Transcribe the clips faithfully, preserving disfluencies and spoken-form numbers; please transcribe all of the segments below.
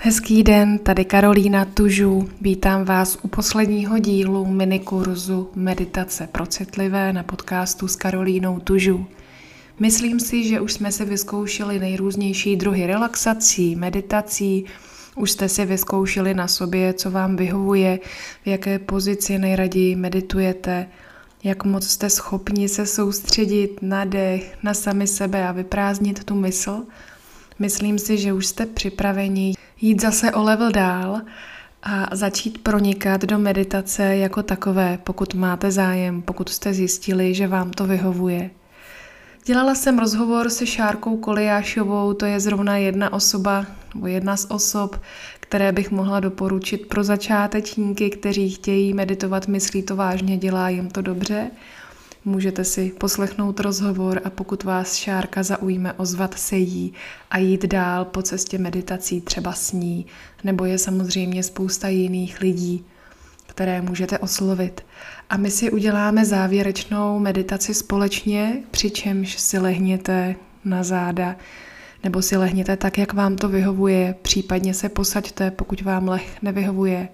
Hezký den, tady Karolína Tužů. Vítám vás u posledního dílu minikurzu Meditace pro citlivé na podcastu s Karolínou Tužů. Myslím si, že už jsme si vyzkoušeli nejrůznější druhy relaxací, meditací, už jste si vyzkoušeli na sobě, co vám vyhovuje, v jaké pozici nejraději meditujete, jak moc jste schopni se soustředit na dech, na sami sebe a vyprázdnit tu mysl. Myslím si, že už jste připraveni jít zase o level dál a začít pronikat do meditace jako takové, pokud máte zájem, pokud jste zjistili, že vám to vyhovuje. Dělala jsem rozhovor se Šárkou Koliášovou, to je zrovna jedna osoba, nebo jedna z osob, které bych mohla doporučit pro začátečníky, kteří chtějí meditovat, myslí to vážně, dělá jim to dobře. Můžete si poslechnout rozhovor a pokud vás Šárka zaujme, ozvat se jí a jít dál po cestě meditací třeba s ní, nebo je samozřejmě spousta jiných lidí, které můžete oslovit. A my si uděláme závěrečnou meditaci společně, přičemž si lehněte na záda, nebo si lehněte tak, jak vám to vyhovuje, případně se posaďte, pokud vám leh nevyhovuje.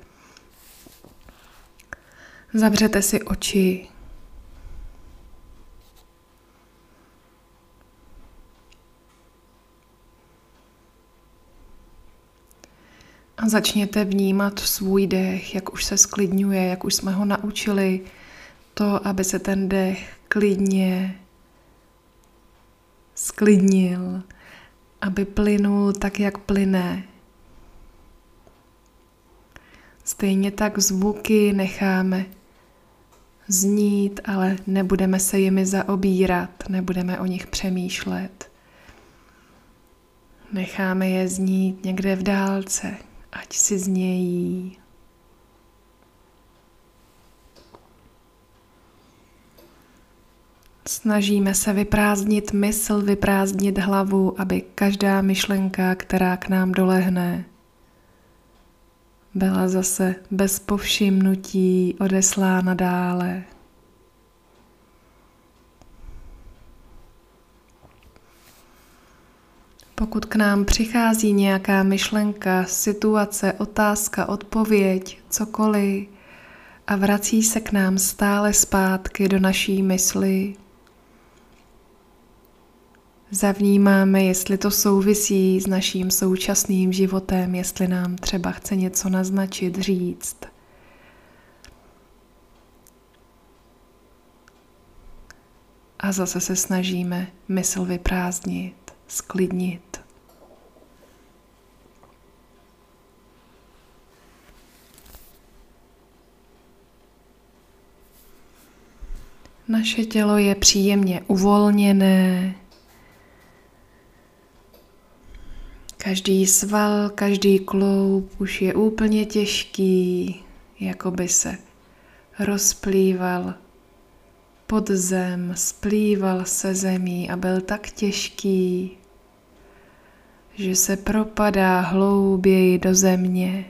Zavřete si oči. A začněte vnímat svůj dech, jak už se sklidňuje, jak už jsme ho naučili, to, aby se ten dech klidně sklidnil, aby plynul tak, jak plyne. Stejně tak zvuky necháme znít, ale nebudeme se jimi zaobírat, nebudeme o nich přemýšlet. Necháme je znít někde v dálce, ať si znějí. Snažíme se vyprázdnit mysl, vyprázdnit hlavu, aby každá myšlenka, která k nám dolehne, byla zase bez povšimnutí odeslána dále. Pokud k nám přichází nějaká myšlenka, situace, otázka, odpověď, cokoliv a vrací se k nám stále zpátky do naší mysli, zavnímáme, jestli to souvisí s naším současným životem, jestli nám třeba chce něco naznačit, říct. A zase se snažíme mysl vyprázdnit, sklidnit. Naše tělo je příjemně uvolněné. Každý sval, každý kloub už je úplně těžký, jako by se rozplýval pod zem, splýval se zemí a byl tak těžký, že se propadá hlouběji do země.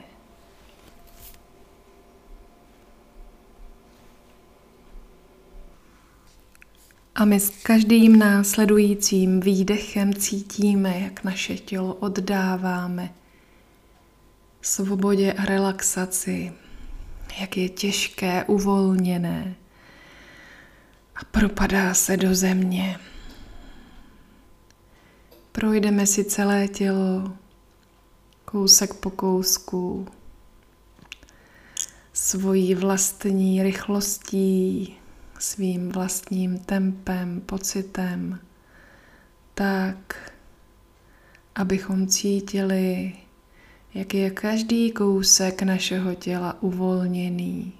A my s každým následujícím výdechem cítíme, jak naše tělo oddáváme svobodě a relaxaci, jak je těžké, uvolněné a propadá se do země. Projdeme si celé tělo, kousek po kousku, svojí vlastní rychlostí, svým vlastním tempem, pocitem, tak, abychom cítili, jak je každý kousek našeho těla uvolněný.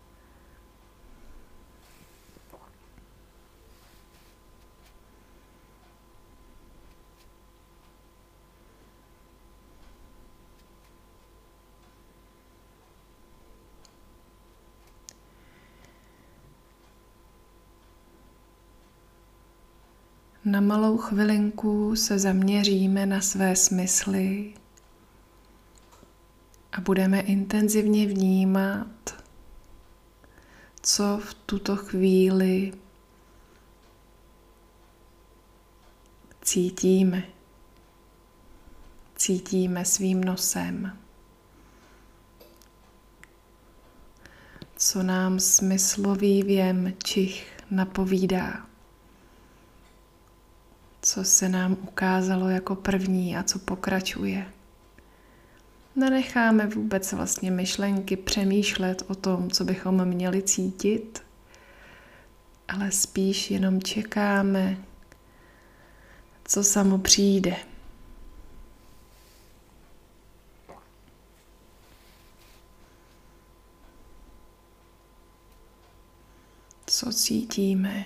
Na malou chvilinku se zaměříme na své smysly a budeme intenzivně vnímat, co v tuto chvíli cítíme. cítíme svým nosem. Co nám smyslový věm čich napovídá. Co se nám ukázalo jako první a co pokračuje. Nenecháme vůbec vlastně myšlenky přemýšlet o tom, co bychom měli cítit, ale spíš jenom čekáme, co samo přijde. Co cítíme.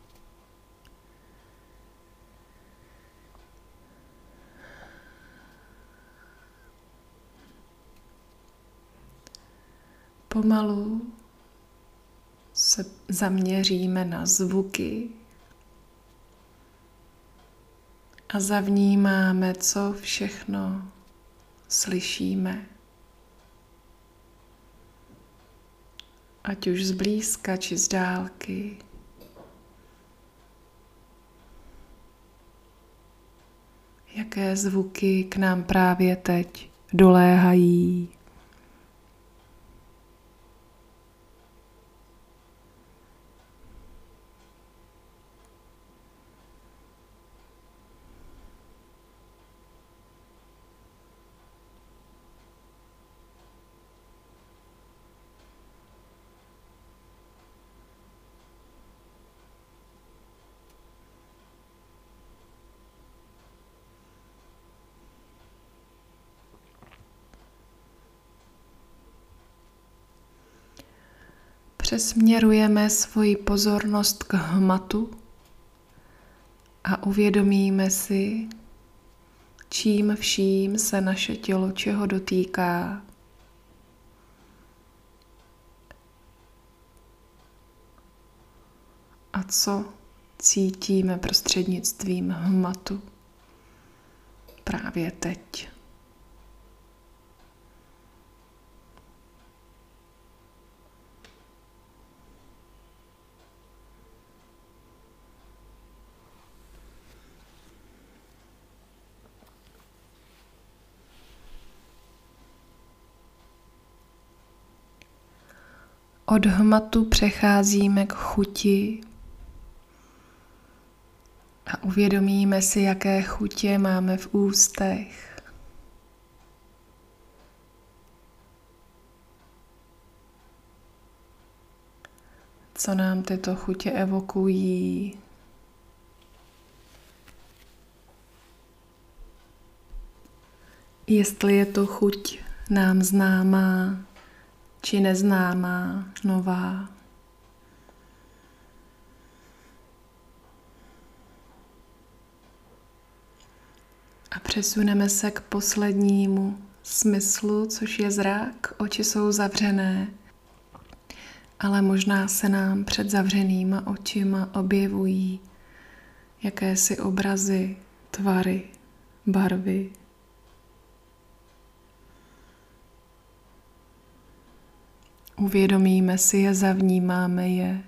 Pomalu se zaměříme na zvuky a zavnímáme, co všechno slyšíme. Ať už zblízka či z dálky. Jaké zvuky k nám právě teď doléhají. Přesměrujeme svoji pozornost k hmatu a uvědomíme si, čím vším se naše tělo čeho dotýká. A co cítíme prostřednictvím hmatu právě teď. Od hmatu přecházíme k chuti a uvědomíme si, jaké chutě máme v ústech. Co nám tyto chutě evokují. Jestli je to chuť nám známá, či neznámá, nová. A přesuneme se k poslednímu smyslu, což je zrak. Oči jsou zavřené, ale možná se nám před zavřenýma očima objevují jakési obrazy, tvary, barvy. Uvědomíme si je, zavnímáme je.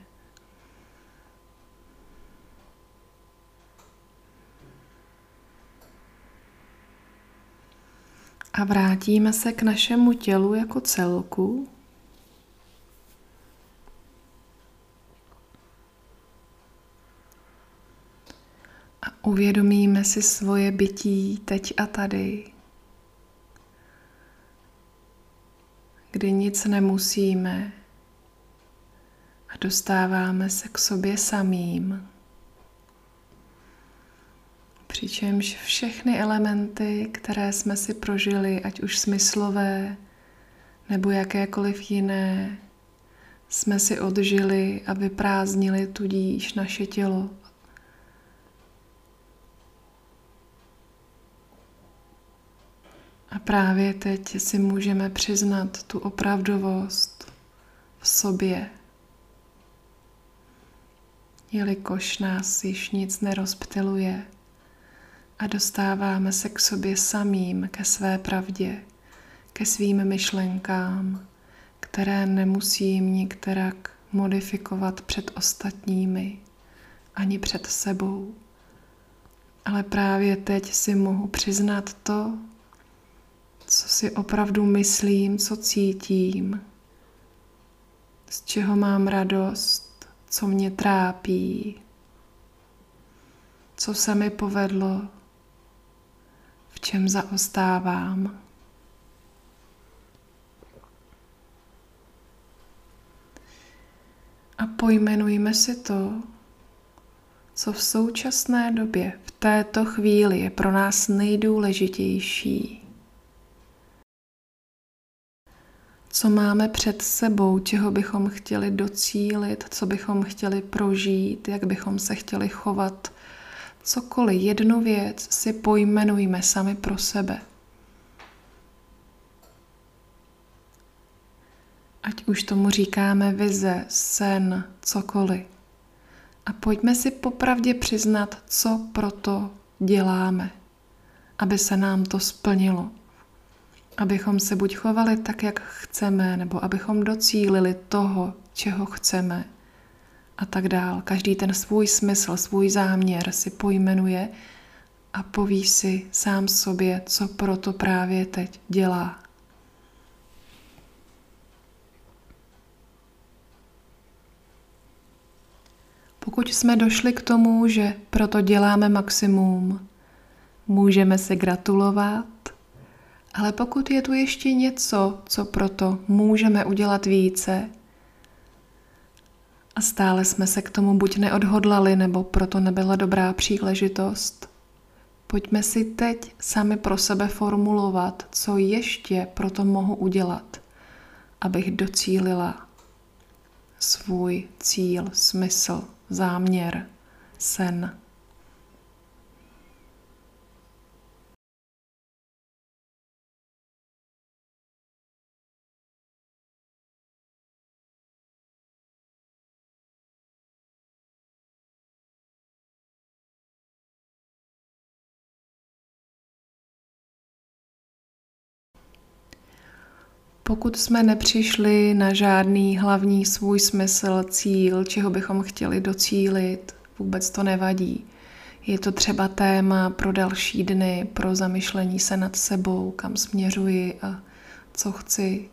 A vrátíme se k našemu tělu jako celku. A uvědomíme si svoje bytí teď a tady, kdy nic nemusíme a dostáváme se k sobě samým. Přičemž všechny elementy, které jsme si prožili, ať už smyslové nebo jakékoliv jiné, jsme si odžili a vyprázdnili tudíž naše tělo. A právě teď si můžeme přiznat tu opravdovost v sobě, jelikož nás již nic nerozptyluje a dostáváme se k sobě samým, ke své pravdě, ke svým myšlenkám, které nemusím nikterak modifikovat před ostatními, ani před sebou. Ale právě teď si mohu přiznat to, co si opravdu myslím, co cítím, z čeho mám radost, co mě trápí, co se mi povedlo, v čem zaostávám. A pojmenujme si to, co v současné době, v této chvíli je pro nás nejdůležitější. Co máme před sebou, čeho bychom chtěli docílit, co bychom chtěli prožít, jak bychom se chtěli chovat. Cokoliv, jednu věc si pojmenujme sami pro sebe. Ať už tomu říkáme vize, sen, cokoliv. A pojďme si popravdě přiznat, co proto děláme, aby se nám to splnilo. Abychom se buď chovali tak, jak chceme, nebo abychom docílili toho, čeho chceme a tak dál. Každý ten svůj smysl, svůj záměr si pojmenuje a poví si sám sobě, co proto právě teď dělá. Pokud jsme došli k tomu, že proto děláme maximum, můžeme si gratulovat, ale pokud je tu ještě něco, co proto můžeme udělat více a stále jsme se k tomu buď neodhodlali, nebo proto nebyla dobrá příležitost, pojďme si teď sami pro sebe formulovat, co ještě proto mohu udělat, abych docílila svůj cíl, smysl, záměr, sen. Pokud jsme nepřišli na žádný hlavní svůj smysl, cíl, čeho bychom chtěli docílit, vůbec to nevadí. Je to třeba téma pro další dny, pro zamyšlení se nad sebou, kam směřuji a co chci.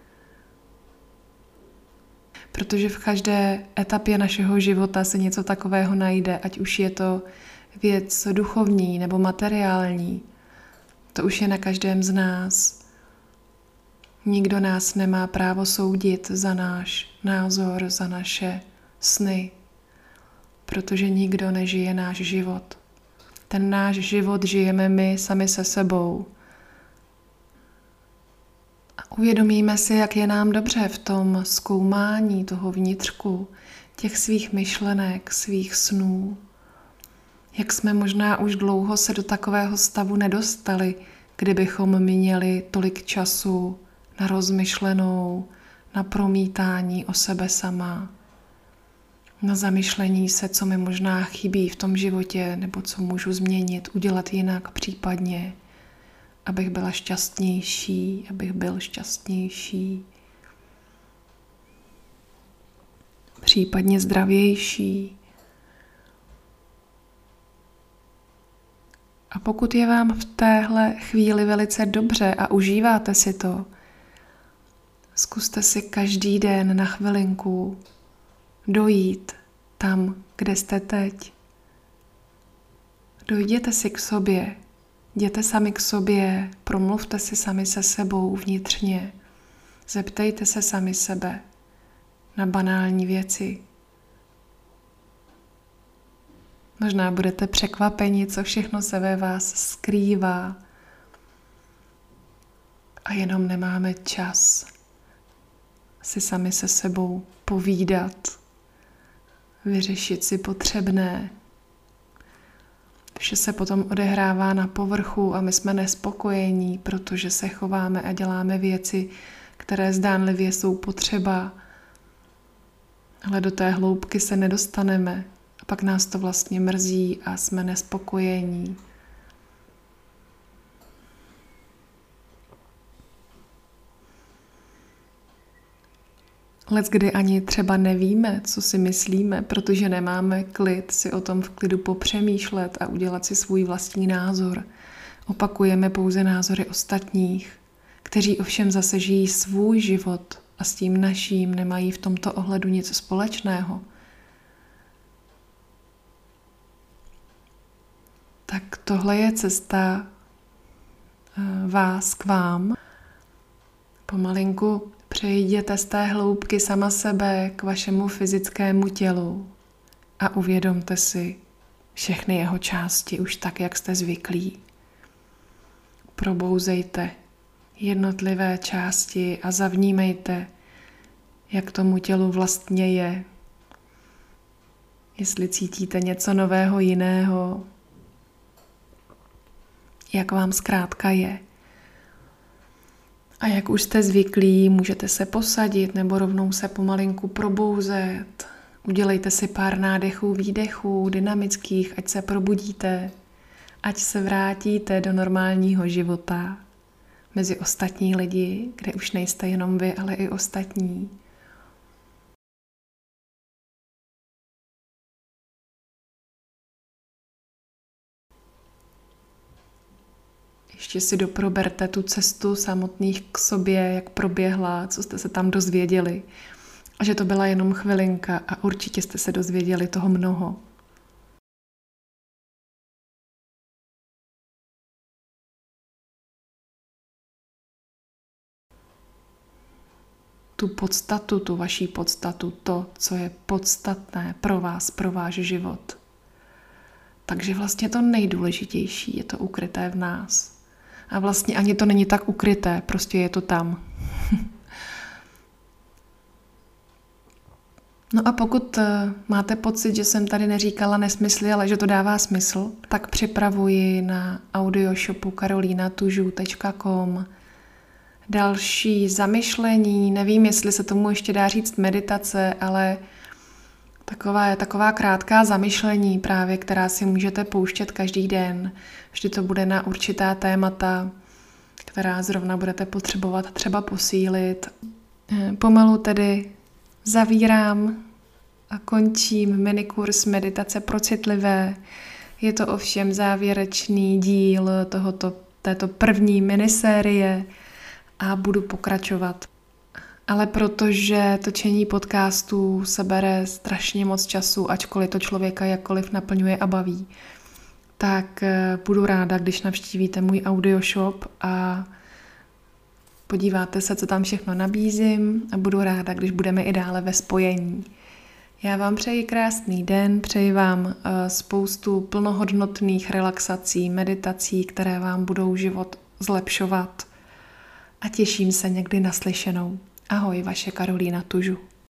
Protože v každé etapě našeho života se něco takového najde, ať už je to věc duchovní nebo materiální. To už je na každém z nás. Nikdo nás nemá právo soudit za náš názor, za naše sny, protože nikdo nežije náš život. Ten náš život žijeme my sami se sebou. A uvědomíme si, jak je nám dobře v tom zkoumání toho vnitřku, těch svých myšlenek, svých snů. Jak jsme možná už dlouho se do takového stavu nedostali, kdybychom měli tolik času na rozmyšlenou, na promítání o sebe sama, na zamyšlení se, co mi možná chybí v tom životě, nebo co můžu změnit, udělat jinak případně, abych byla šťastnější, abych byl šťastnější, případně zdravější. A pokud je vám v téhle chvíli velice dobře a užíváte si to, zkuste si každý den na chvilinku dojít tam, kde jste teď. Dojděte si k sobě, jděte sami k sobě, promluvte si sami se sebou vnitřně, zeptejte se sami sebe na banální věci. Možná budete překvapeni, co všechno se ve vás skrývá a jenom nemáme čas si sami se sebou povídat, vyřešit si potřebné. Vše se potom odehrává na povrchu a my jsme nespokojení, protože se chováme a děláme věci, které zdánlivě jsou potřeba, ale do té hloubky se nedostaneme a pak nás to vlastně mrzí a jsme nespokojení. Leckdy ani třeba nevíme, co si myslíme, protože nemáme klid si o tom v klidu popřemýšlet a udělat si svůj vlastní názor. Opakujeme pouze názory ostatních kteří ovšem zase žijí svůj život a s tím naším nemají v tomto ohledu nic společného, tak tohle je cesta vás k vám. Pomalinku přejděte z té hloubky sama sebe k vašemu fyzickému tělu a uvědomte si všechny jeho části už tak, jak jste zvyklí. Probouzejte jednotlivé části a zavnímejte, jak tomu tělu vlastně je. Jestli cítíte něco nového, jiného, jak vám zkrátka je. A jak už jste zvyklí, můžete se posadit nebo rovnou se pomalinku probouzet. Udělejte si pár nádechů, výdechů, dynamických, ať se probudíte, ať se vrátíte do normálního života mezi ostatní lidi, kde už nejste jenom vy, ale i ostatní. Ještě si doproberte tu cestu samotných k sobě, jak proběhla, co jste se tam dozvěděli. A že to byla jenom chvilinka a určitě jste se dozvěděli toho mnoho. Tu podstatu, tu vaší podstatu, to, co je podstatné pro vás, pro váš život. Takže vlastně to nejdůležitější je to ukryté v nás. A vlastně ani to není tak ukryté, prostě je to tam. No a pokud máte pocit, že jsem tady neříkala nesmysly, ale že to dává smysl, tak připravuji na audioshopu karolina tužů tečka com další zamyšlení, nevím, jestli se tomu ještě dá říct meditace, ale taková, taková krátká zamyšlení právě, která si můžete pouštět každý den. Vždy to bude na určitá témata, která zrovna budete potřebovat třeba posílit. Pomalu tedy zavírám a končím minikurs Meditace pro citlivé. Je to ovšem závěrečný díl tohoto, této první minisérie a budu pokračovat. Ale protože točení podcastů se bere strašně moc času, ačkoliv to člověka jakkoliv naplňuje a baví, tak budu ráda, když navštívíte můj audioshop a podíváte se, co tam všechno nabízím a budu ráda, když budeme i dále ve spojení. Já vám přeji krásný den, přeji vám spoustu plnohodnotných relaxací, meditací, které vám budou život zlepšovat a těším se někdy naslyšenou. Ahoj, vaše Karolína Tužu.